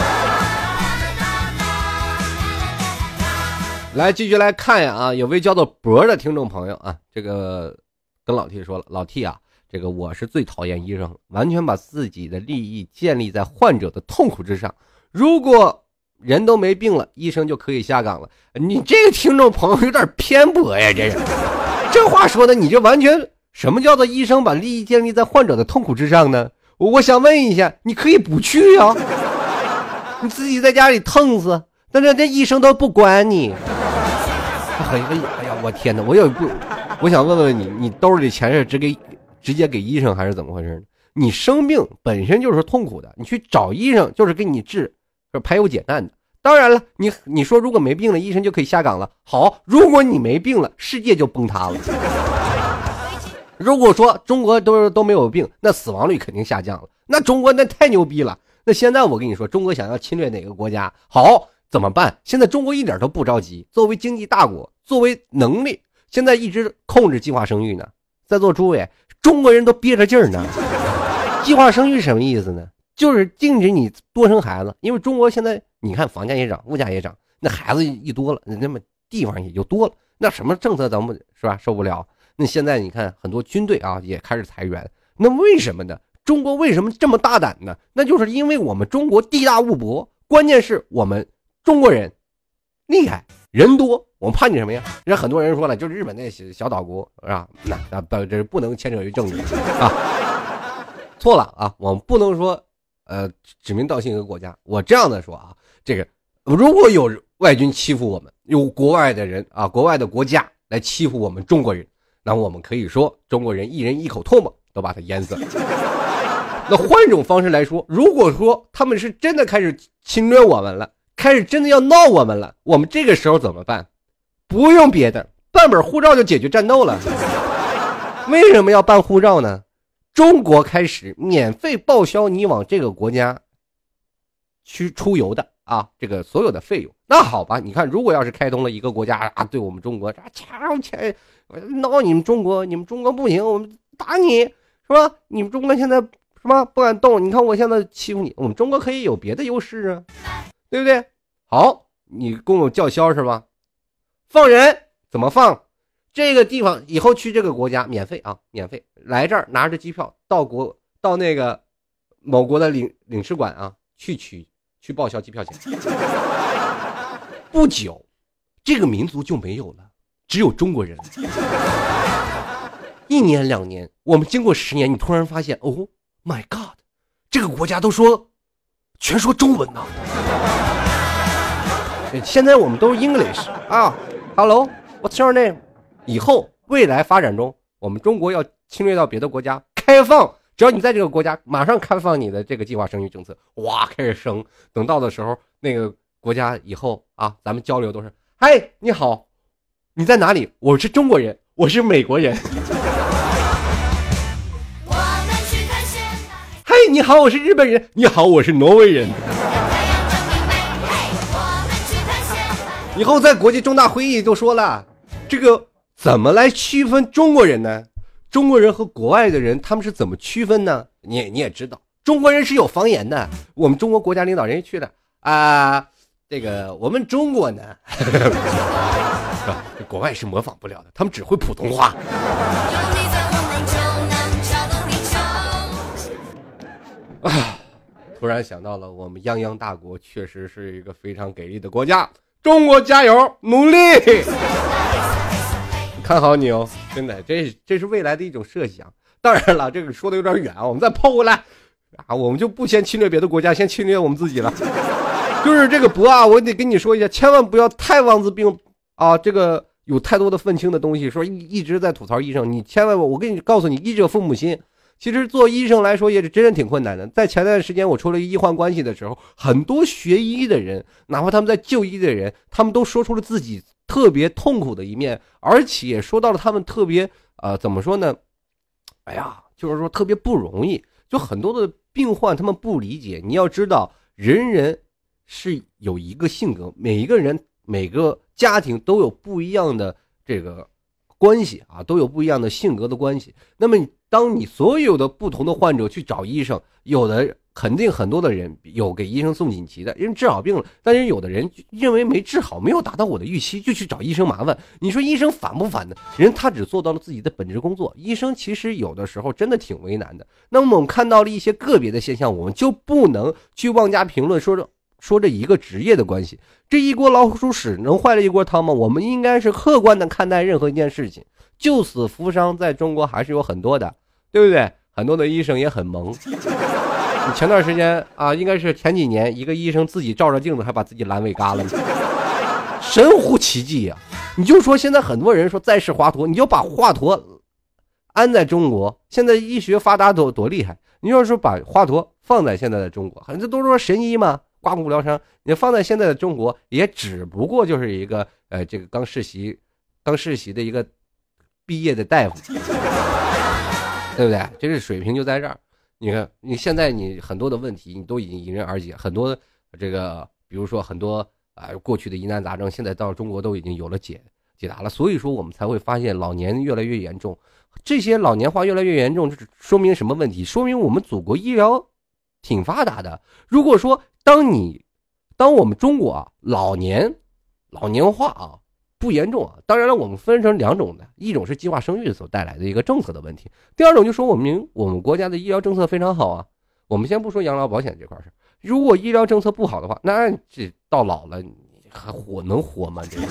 来继续来看呀啊，有位叫做博的听众朋友啊，这个跟老 T 说了，老 T 啊，这个我是最讨厌医生，完全把自己的利益建立在患者的痛苦之上。如果人都没病了，医生就可以下岗了。你这个听众朋友有点偏颇呀，这是这话说的，你这完全。什么叫做医生把利益建立在患者的痛苦之上呢？我想问一下，你可以不去啊，你自己在家里疼死，但是这医生都不管你。哎呀，我天哪！我有不，我想问问你，你兜里钱是直给直接给医生还是怎么回事呢？你生病本身就是痛苦的，你去找医生就是给你治，是排忧解难的。当然了，你你说如果没病了，医生就可以下岗了。好，如果你没病了，世界就崩塌了。如果说中国都都没有病，那死亡率肯定下降了。那中国那太牛逼了。那现在我跟你说，中国想要侵略哪个国家，好怎么办？现在中国一点都不着急，作为经济大国，作为能力，现在一直控制计划生育呢。在座诸位，中国人都憋着劲儿呢。计划生育什么意思呢？就是禁止你多生孩子，因为中国现在你看房价也涨，物价也涨，那孩子一多了，那么地方也就多了，那什么政策咱们是吧受不了。那现在你看很多军队啊也开始裁员，那为什么呢？中国为什么这么大胆呢？那就是因为我们中国地大物博，关键是我们中国人厉害，人多，我们怕你什么呀？人很多人说了，就是日本那小岛国是吧？那那这不能牵扯于政治啊，错了啊，我们不能说呃指名道姓一个国家。我这样的说啊，这个如果有外军欺负我们，有国外的人啊，国外的国家来欺负我们中国人。那我们可以说中国人一人一口唾沫都把它淹死了。那换一种方式来说，如果说他们是真的开始侵略我们了，开始真的要闹我们了，我们这个时候怎么办？不用别的，办本护照就解决战斗了。为什么要办护照呢？中国开始免费报销你往这个国家去出游的啊，这个所有的费用。那好吧，你看如果要是开通了一个国家啊，对我们中国抢钱闹你们中国，你们中国不行，我们打你是吧？你们中国现在是吧不敢动，你看我现在欺负你，我们中国可以有别的优势啊，对不对？好，你跟我叫嚣是吧？放人怎么放？这个地方以后去这个国家免费啊，免费来这儿拿着机票到国到那个某国的领领事馆啊去取去报销机票钱。不久，这个民族就没有了。只有中国人。一年两年，我们经过十年，你突然发现，哦 my god， 这个国家都说全说中文呢。现在我们都是 English 啊 ，Hello what's your name？ 以后未来发展中，我们中国要侵略到别的国家，开放，只要你在这个国家，马上开放你的这个计划生育政策，哇，开始生。等到的时候，那个国家以后啊，咱们交流都是，嗨，你好。你在哪里？我是中国人，我是美国人。嗨，你好，我是日本人。你好，我是挪威人。以后在国际重大会议都说了，这个怎么来区分中国人呢？中国人和国外的人他们是怎么区分呢？你也你也知道，中国人是有方言的。我们中国国家领导人去了啊、呃，这个我们中国呢。国外是模仿不了的，他们只会普通话。啊，突然想到了，我们泱泱大国确实是一个非常给力的国家。 中国加油，努力！看好你哦，真的，这这是未来的一种设想。当然了，这个说的有点远啊，我们再抛回来啊，我们就不先侵略别的国家，先侵略我们自己了。就是这个博啊，我得跟你说一下，千万不要太妄自病啊，这个有太多的愤青的东西，说一一直在吐槽医生，你千万我跟你告诉你，医者父母心。其实做医生来说也是真的挺困难的。在前段时间我出了医患关系的时候，很多学医的人，哪怕他们在就医的人，他们都说出了自己特别痛苦的一面，而且也说到了他们特别呃怎么说呢？哎呀，就是说特别不容易。就很多的病患他们不理解，你要知道，人人是有一个性格，每一个人每个家庭都有不一样的这个关系啊，都有不一样的性格的关系。那么当你所有的不同的患者去找医生，有的肯定很多的人有给医生送锦旗的，因为治好病了，但是有的人认为没治好，没有达到我的预期，就去找医生麻烦。你说医生烦不烦呢？人他只做到了自己的本职工作，医生其实有的时候真的挺为难的。那么我们看到了一些个别的现象，我们就不能去妄加评论，说着说这一个职业的关系，这一锅老鼠屎能坏了一锅汤吗？我们应该是客观的看待任何一件事情。救死扶伤在中国还是有很多的，对不对？很多的医生也很萌。你前段时间啊，应该是前几年，一个医生自己照着镜子还把自己阑尾嘎了，神乎其技呀、啊！你就说现在很多人说再世华佗，你就把华佗安在中国，现在医学发达多多厉害，你要是把华佗放在现在的中国，这都说神医嘛，刮骨疗伤，你放在现在的中国，也只不过就是一个呃，这个刚实习刚实习的一个毕业的大夫，对不对？这是水平就在这儿。你看，你现在你很多的问题，你都已经迎刃而解。很多这个，比如说很多啊、呃、过去的疑难杂症，现在到中国都已经有了解解答了。所以说，我们才会发现老年越来越严重。这些老年化越来越严重，这说明什么问题？说明我们祖国医疗挺发达的。如果说当你当我们中国啊老年老年化啊。不严重啊，当然了，我们分成两种的，一种是计划生育所带来的一个政策的问题，第二种就说我们我们国家的医疗政策非常好啊。我们先不说养老保险这块事，如果医疗政策不好的话，那这到老了你还活能活吗？这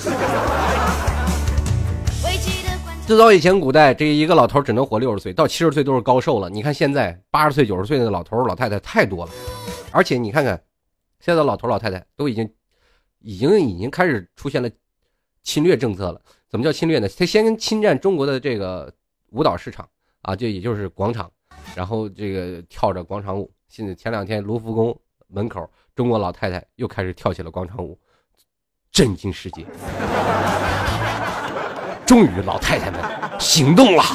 最早以前古代这一个老头只能活六十岁，到七十岁都是高寿了。你看现在八十岁九十岁的老头老太太太多了，而且你看看现在的老头老太太都已经已经已经开始出现了侵略政策了。怎么叫侵略呢？他先侵占中国的这个舞蹈市场啊，这也就是广场，然后这个跳着广场舞。现在前两天卢浮宫门口，中国老太太又开始跳起了广场舞，震惊世界。终于老太太们行动了。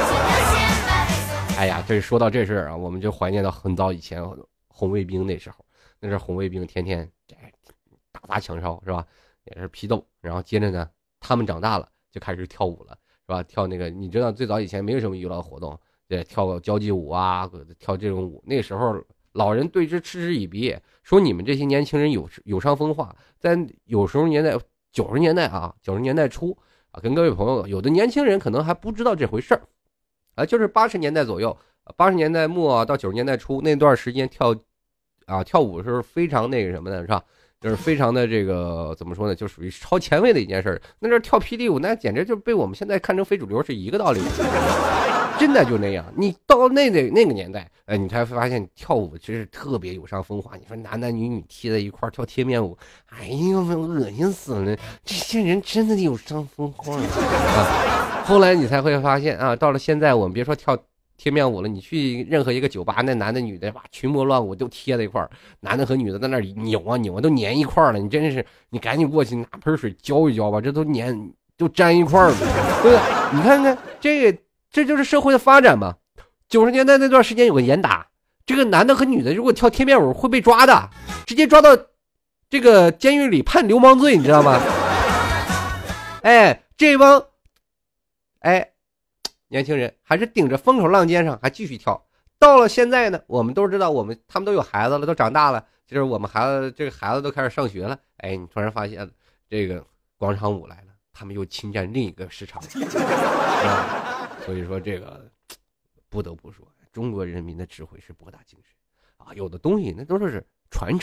哎呀，这说到这事儿啊，我们就怀念到很早以前红卫兵那时候，那是红卫兵天天打砸抢烧是吧？也是批斗，然后接着呢，他们长大了就开始跳舞了，是吧？跳那个，你知道最早以前没有什么娱乐活动，对，跳个交际舞啊，跳这种舞。那时候老人对之嗤之以鼻，说你们这些年轻人有有伤风化。在有时候年代九十年代啊，九十年代初啊，跟各位朋友，有的年轻人可能还不知道这回事儿啊，就是八十年代左右，八十年代末到九十年代初那段时间跳啊跳舞是非常那个什么的，是吧？就是非常的这个怎么说呢，就属于超前卫的一件事。那这跳霹雳舞，那简直就被我们现在看成非主流是一个道理。真的就那样，你到那那那个年代，哎，你才发现跳舞其实特别有伤风化。你说男男女女贴在一块跳贴面舞，哎呦，恶心死了！这些人真的有伤风化啊。后来你才会发现啊，到了现在，我们别说跳贴面舞了，你去任何一个酒吧，那男的女的哇群魔乱舞都贴在一块儿，男的和女的在那里扭啊扭啊都粘一块儿了，你真是你赶紧过去拿盆水浇一浇吧，这都粘都粘一块儿了，对不对？你看看这个，这就是社会的发展嘛。九十年代那段时间有个严打，这个男的和女的如果跳贴面舞会被抓的，直接抓到这个监狱里判流氓罪，你知道吗？哎，这帮哎。年轻人还是顶着风口浪尖上还继续跳。到了现在呢，我们都知道，我们他们都有孩子了，都长大了，就是我们孩子这个孩子都开始上学了。哎，你突然发现这个广场舞来了，他们又侵占另一个市场。所以说这个不得不说，中国人民的智慧是博大精深啊，有的东西那都是传承，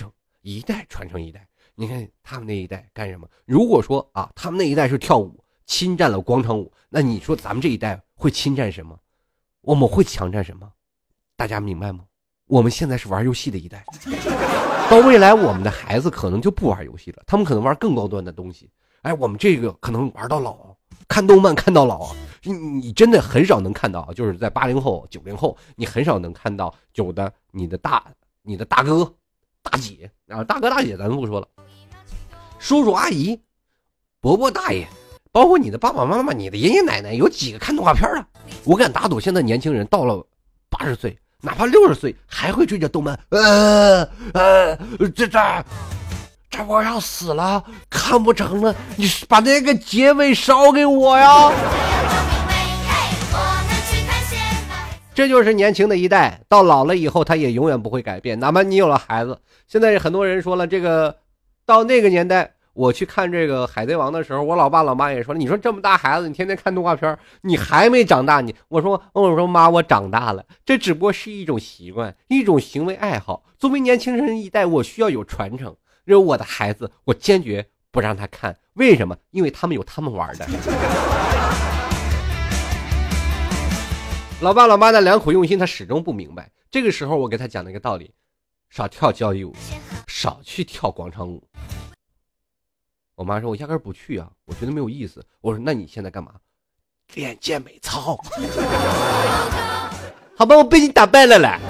一代传承一代。你看他们那一代干什么？如果说啊，他们那一代是跳舞侵占了广场舞，那你说咱们这一代会侵占什么？我们会抢占什么？大家明白吗？我们现在是玩游戏的一代，到未来我们的孩子可能就不玩游戏了，他们可能玩更高端的东西。哎，我们这个可能玩到老，看动漫看到老啊！你你真的很少能看到，就是在八零后、九零后，你很少能看到有的你的大、你的大哥、大姐啊，大哥大姐咱们不说了，叔叔阿姨、伯伯大爷，包括你的爸爸妈妈、你的爷爷奶奶，有几个看动画片的？我敢打赌，现在年轻人到了八十岁，哪怕六十岁，还会追着动漫。呃呃，这这。这我要死了，看不成了，你把那个结尾烧给我呀！这就是年轻的一代，到老了以后他也永远不会改变，哪怕你有了孩子。现在很多人说了，这个到那个年代我去看这个海贼王的时候，我老爸老妈也说了，你说这么大孩子你天天看动画片，你还没长大。你我说我说妈，我长大了，这只不过是一种习惯，一种行为爱好。作为年轻人一代，我需要有传承。因为我的孩子，我坚决不让他看。为什么？因为他们有他们玩的。老爸老妈的良苦用心，他始终不明白。这个时候，我给他讲了一个道理：少跳交谊舞，少去跳广场舞。我妈说：“我压根不去啊，我觉得没有意思。”我说：“那你现在干嘛？练健美操。”好吧，我被你打败了嘞。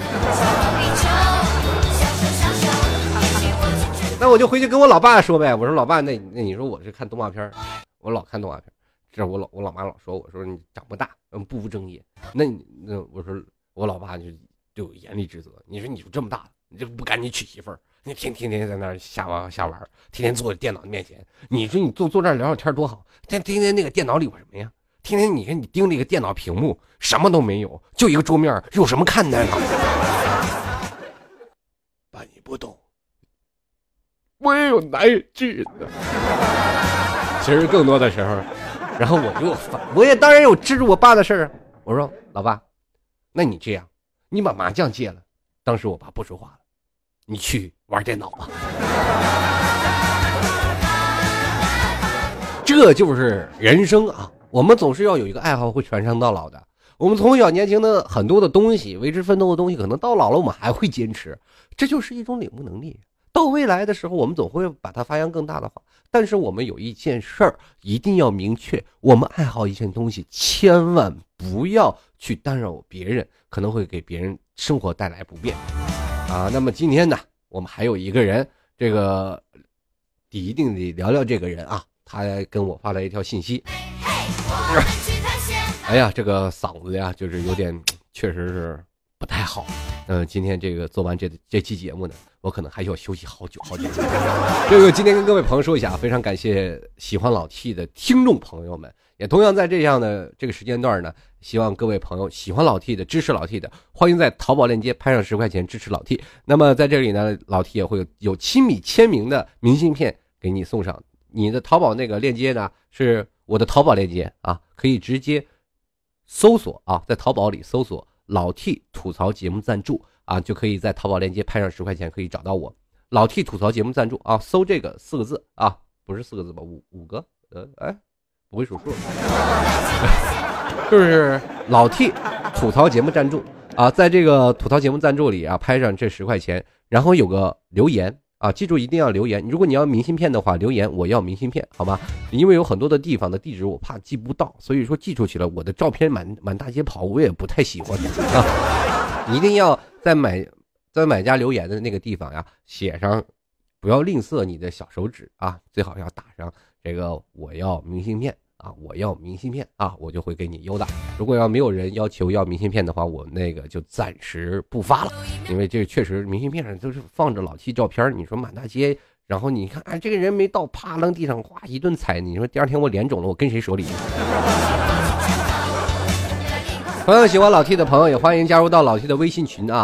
那我就回去跟我老爸说呗，我说老爸，那那你说我是看动画片，我老看动画片，这我老我老妈老说我说你长不大，嗯，不务正业。那你那我说我老爸就对我严厉指责，你说你就这么大了，你就不赶紧娶媳妇儿，你天天天在那儿瞎玩瞎玩，天天坐在电脑面前，你说你坐坐这儿聊聊天多好，天天天那个电脑里有什么呀？天天你看你盯着一个电脑屏幕，什么都没有，就一个桌面，有什么看的呢？爸，你不懂。我也有难以置人的，其实更多的时候，然后我就烦，我也当然有支持我爸的事儿啊。我说老爸，那你这样，你把麻将戒了。当时我爸不说话了，你去玩电脑吧。这就是人生啊，我们总是要有一个爱好会传承到老的。我们从小年轻的很多的东西，为之奋斗的东西，可能到老了我们还会坚持，这就是一种领悟能力。到未来的时候，我们总会把它发扬更大的话，但是我们有一件事儿一定要明确，我们爱好一件东西，千万不要去干扰别人，可能会给别人生活带来不便啊。那么今天呢，我们还有一个人，这个一定得聊聊这个人啊，他跟我发了一条信息，哎呀，这个嗓子呀，就是有点确实是不太好。嗯、呃，今天这个做完这这期节目呢，我可能还需要休息好久好久。这个今天跟各位朋友说一下，非常感谢喜欢老 T 的听众朋友们，也同样在这样的这个时间段呢，希望各位朋友喜欢老 T 的、支持老 T 的，欢迎在淘宝链接拍上十块钱支持老 T。那么在这里呢，老 T 也会有有亲笔签名的明信片给你送上。你的淘宝那个链接呢，是我的淘宝链接啊，可以直接搜索啊，在淘宝里搜索老 T 吐槽节目赞助啊，就可以在淘宝链接拍上十块钱可以找到我。老 T 吐槽节目赞助啊，搜这个四个字啊，不是四个字吧，五五个，呃，哎，不会数数，就是老 T 吐槽节目赞助啊，在这个吐槽节目赞助里啊，拍上这十块钱，然后有个留言啊，记住一定要留言。如果你要明信片的话，留言我要明信片，好吗？因为有很多的地方的地址我怕记不到，所以说寄出去了，我的照片满满大街跑，我也不太喜欢啊。你一定要在买在买家留言的那个地方呀，写上，不要吝啬你的小手指啊，最好要打上这个我要明信片啊，我要明信片啊，我就会给你邮的。如果要没有人要求要明信片的话，我那个就暂时不发了，因为这确实明信片上都是放着老 T 照片，你说满大街，然后你看哎这个人没到，啪扔地上，哗一顿踩，你说第二天我脸肿了，我跟谁说理？同样喜欢老 T 的朋友也欢迎加入到老 T 的微信群啊。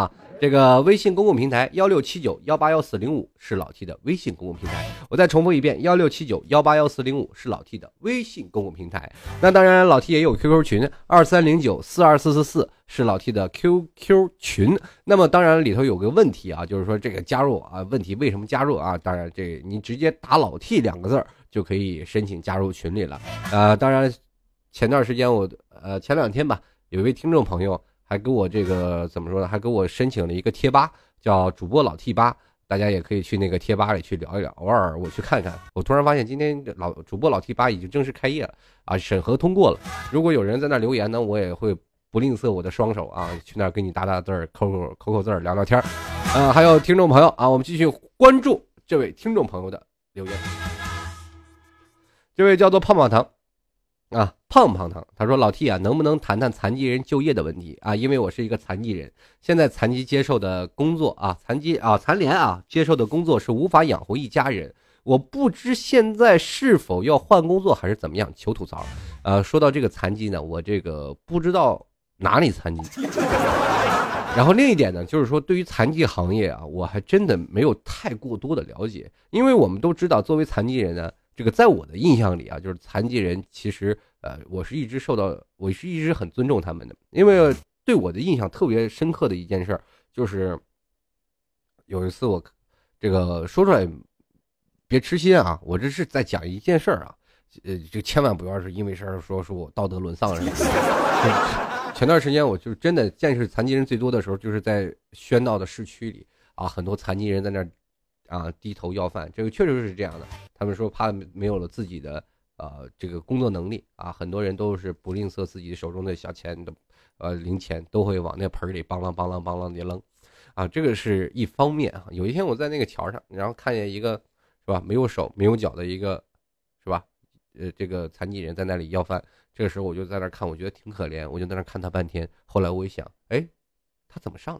这个微信公共平台幺六七九幺八幺四零五是老 T 的微信公共平台，我再重复一遍，幺六七九幺八幺四零五是老 T 的微信公共平台。那当然老 T 也有 Q Q 群二三零九四二四四四是老 T 的 Q Q 群。那么当然里头有个问题啊，就是说这个加入啊，问题为什么加入啊？当然这你直接打老 T 两个字就可以申请加入群里了。呃，当然前段时间我呃前两天吧，有一位听众朋友还给我这个怎么说呢？还给我申请了一个贴吧，叫主播老 T 吧，大家也可以去那个贴吧里去聊一聊。偶尔我去看看，我突然发现今天老主播老 T 吧已经正式开业了啊，审核通过了。如果有人在那留言呢，我也会不吝啬我的双手啊，去那儿给你打打字儿、扣扣扣扣字儿、聊聊天儿。啊，还有听众朋友啊，我们继续关注这位听众朋友的留言。这位叫做胖胖糖。啊，胖胖糖，他说老 T 啊，能不能谈谈残疾人就业的问题啊？因为我是一个残疾人，现在残疾接受的工作啊，残疾啊，残联啊接受的工作是无法养活一家人，我不知现在是否要换工作还是怎么样，求吐槽。呃，说到这个残疾呢，我这个不知道哪里残疾。然后另一点呢，就是说对于残疾行业啊，我还真的没有太过多的了解，因为我们都知道，作为残疾人呢。这个在我的印象里啊，就是残疾人其实呃，我是一直受到，我是一直很尊重他们的，因为对我的印象特别深刻的一件事就是有一次我这个说出来别痴心啊，我这是在讲一件事啊，呃，就千万不要是因为事儿说说我道德沦丧什么的。前段时间我就真的见识残疾人最多的时候，就是在喧闹的市区里啊，很多残疾人在那儿。啊，低头要饭，这个确实是这样的。他们说怕没有了自己的呃这个工作能力啊，很多人都是不吝啬自己手中的小钱的呃零钱，都会往那盆里邦啷邦啷邦啷的扔啊。这个是一方面啊。有一天我在那个桥上，然后看见一个是吧没有手没有脚的一个是吧呃这个残疾人在那里要饭。这个时候我就在那看，我觉得挺可怜，我就在那看他半天。后来我一想，哎，他怎么上来？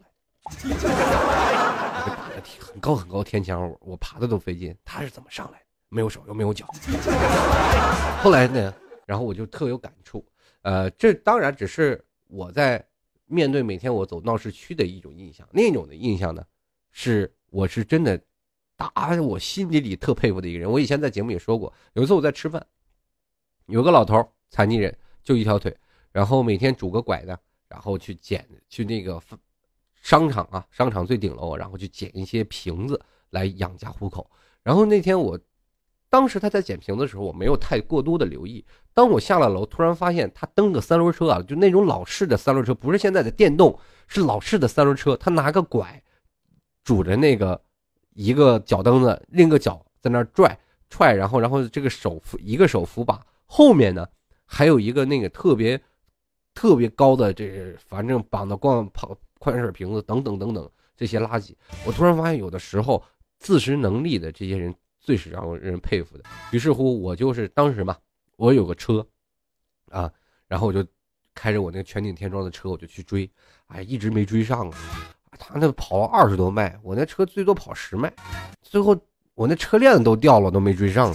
我打的很高很高天墙，我爬的都费劲，他是怎么上来的？没有手又没有脚。后来呢，然后我就特有感触。呃，这当然只是我在面对每天我走闹市区的一种印象，另一种的印象呢，是我是真的打我心底里特佩服的一个人。我以前在节目也说过，有一次我在吃饭，有个老头残疾人，就一条腿，然后每天拄个拐的，然后去捡去那个商场啊，商场最顶楼，然后去捡一些瓶子来养家糊口。然后那天我，当时他在捡瓶子的时候，我没有太过多的留意。当我下了楼，突然发现他蹬个三轮车啊，就那种老式的三轮车，不是现在的电动，是老式的三轮车。他拿个拐，拄着那个一个脚蹬子，另一个脚在那拽踹，然后然后这个手扶一个手扶把，后面呢还有一个那个特别特别高的这反正绑的光跑。矿泉水瓶子等等等等这些垃圾，我突然发现有的时候自食能力的这些人最是让人佩服的。于是乎我就是当时嘛，我有个车啊，然后我就开着我那个全景天窗的车，我就去追，哎，一直没追上啊。他那跑了二十多迈，我那车最多跑十迈，最后我那车链子都掉了，都没追上。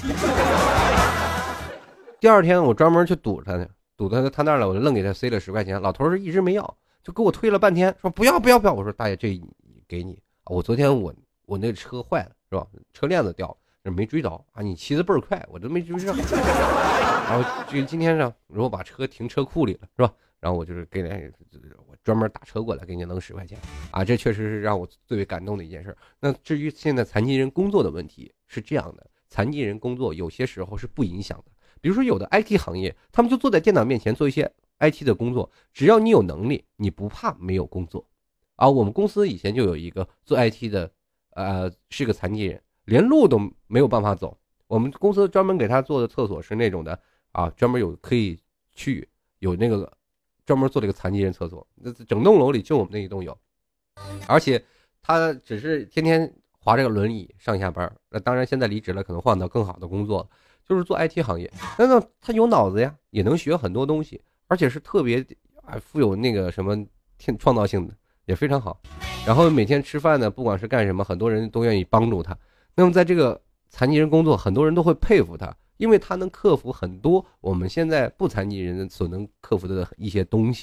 第二天我专门去堵他，堵他他那儿了，我就愣给他塞了十块钱，老头是一直没要。就给我推了半天，说不要不要不要，我说大爷这给你，我昨天我我那车坏了是吧，车链子掉了，没追着啊，你骑的倍儿快，我都没追上。然后这今天上如果把车停车库里了是吧，然后我就是给人我专门打车过来给你扔十块钱啊，这确实是让我最为感动的一件事。那至于现在残疾人工作的问题是这样的，残疾人工作有些时候是不影响的，比如说有的 I T 行业，他们就坐在电脑面前做一些I T 的工作，只要你有能力，你不怕没有工作啊。我们公司以前就有一个做 I T 的，呃，是个残疾人，连路都没有办法走。我们公司专门给他做的厕所是那种的啊，专门有可以去有那个专门做了一个残疾人厕所，那整栋楼里就我们那一栋有，而且他只是天天滑这个轮椅上下班。那当然现在离职了，可能换到更好的工作，就是做 I T 行业。那那他有脑子呀，也能学很多东西。而且是特别啊富有那个什么天创造性的，也非常好。然后每天吃饭呢，不管是干什么，很多人都愿意帮助他。那么在这个残疾人工作，很多人都会佩服他，因为他能克服很多我们现在不残疾人所能克服的一些东西。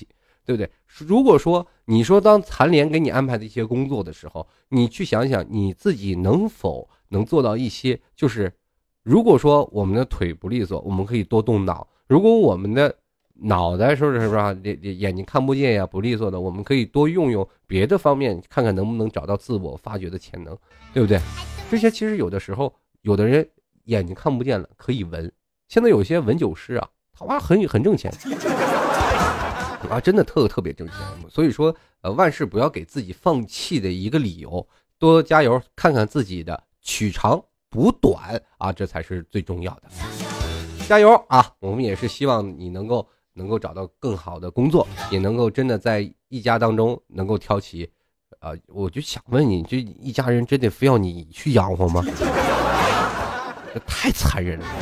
对不对？如果说你说当残联给你安排的一些工作的时候，你去想想你自己能否能做到一些，就是如果说我们的腿不利索，我们可以多动脑；如果我们的脑袋说是不是眼睛看不见呀，不利索的，我们可以多用用别的方面，看看能不能找到自我发掘的潜能，对不对？这些其实有的时候，有的人眼睛看不见了，可以闻。现在有些闻酒师啊，他哇很很挣钱啊，真的特特别挣钱。所以说，呃，万事不要给自己放弃的一个理由，多加油，看看自己的取长补短啊，这才是最重要的。加油啊！我们也是希望你能够能够找到更好的工作，也能够真的在一家当中能够挑起，啊、呃，我就想问你，这一家人真的非要你去养活吗？这太残忍了。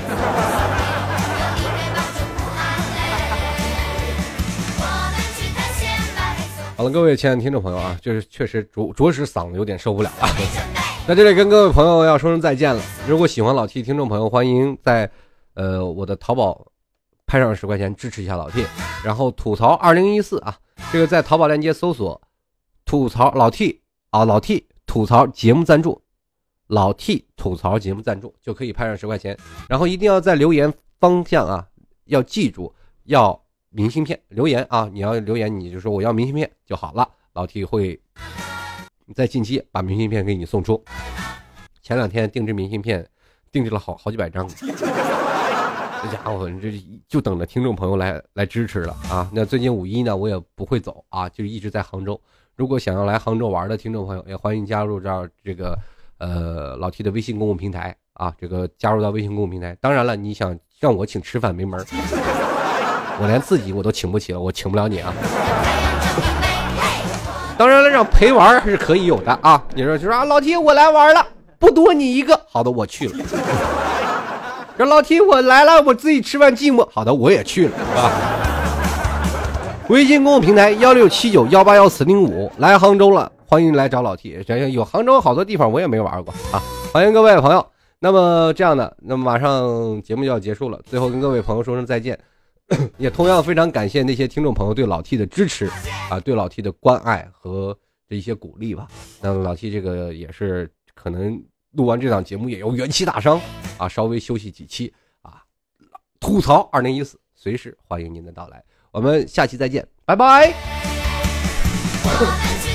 好了，各位亲爱的听众朋友啊，就是确实着着实嗓子有点受不了了。那这里跟各位朋友要说声再见了。如果喜欢老 T 听众朋友，欢迎在呃我的淘宝拍上十块钱支持一下老 T， 然后吐槽二零一四啊，这个在淘宝链接搜索吐槽老 T 啊老 T 吐槽节目赞助，老 T 吐槽节目赞助就可以拍上十块钱，然后一定要在留言方向啊要记住要明信片留言啊，你要留言你就说我要明信片就好了，老 T 会在近期把明信片给你送出。前两天定制明信片定制了好好几百张，这家伙这就等着听众朋友来来支持了啊！那最近五一呢我也不会走啊，就一直在杭州。如果想要来杭州玩的听众朋友，也欢迎加入这儿这个呃老 T 的微信公共平台啊，这个加入到微信公共平台。当然了，你想让我请吃饭没门，我连自己我都请不起了，我请不了你啊。当然了，让陪玩是可以有的啊。你说就说啊，老 T 我来玩了，不多你一个，好的我去了。这老 T 我来了，我自己吃饭寂寞，好的我也去了啊。微信公共平台幺六七九幺八幺四零五，来杭州了，欢迎来找老 T。有杭州好多地方我也没玩过啊，欢迎各位朋友。那么这样的，那么马上节目就要结束了，最后跟各位朋友说声再见。也同样非常感谢那些听众朋友对老 T 的支持啊，对老 T 的关爱和这一些鼓励吧。那么老 T 这个也是可能录完这档节目也有元气大伤啊，稍微休息几期啊。吐槽二零一四，随时欢迎您的到来。我们下期再见，拜拜。